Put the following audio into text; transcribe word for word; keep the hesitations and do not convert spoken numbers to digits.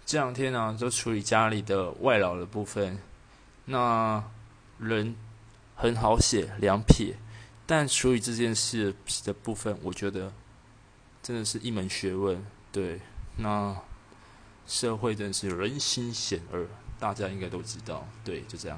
这两天呢、就处理家里的外劳的部分。那人很好写两撇，但处理这件事的部分，我觉得真的是一门学问。对，那社会真的是人心险恶，大家应该都知道。对，就这样。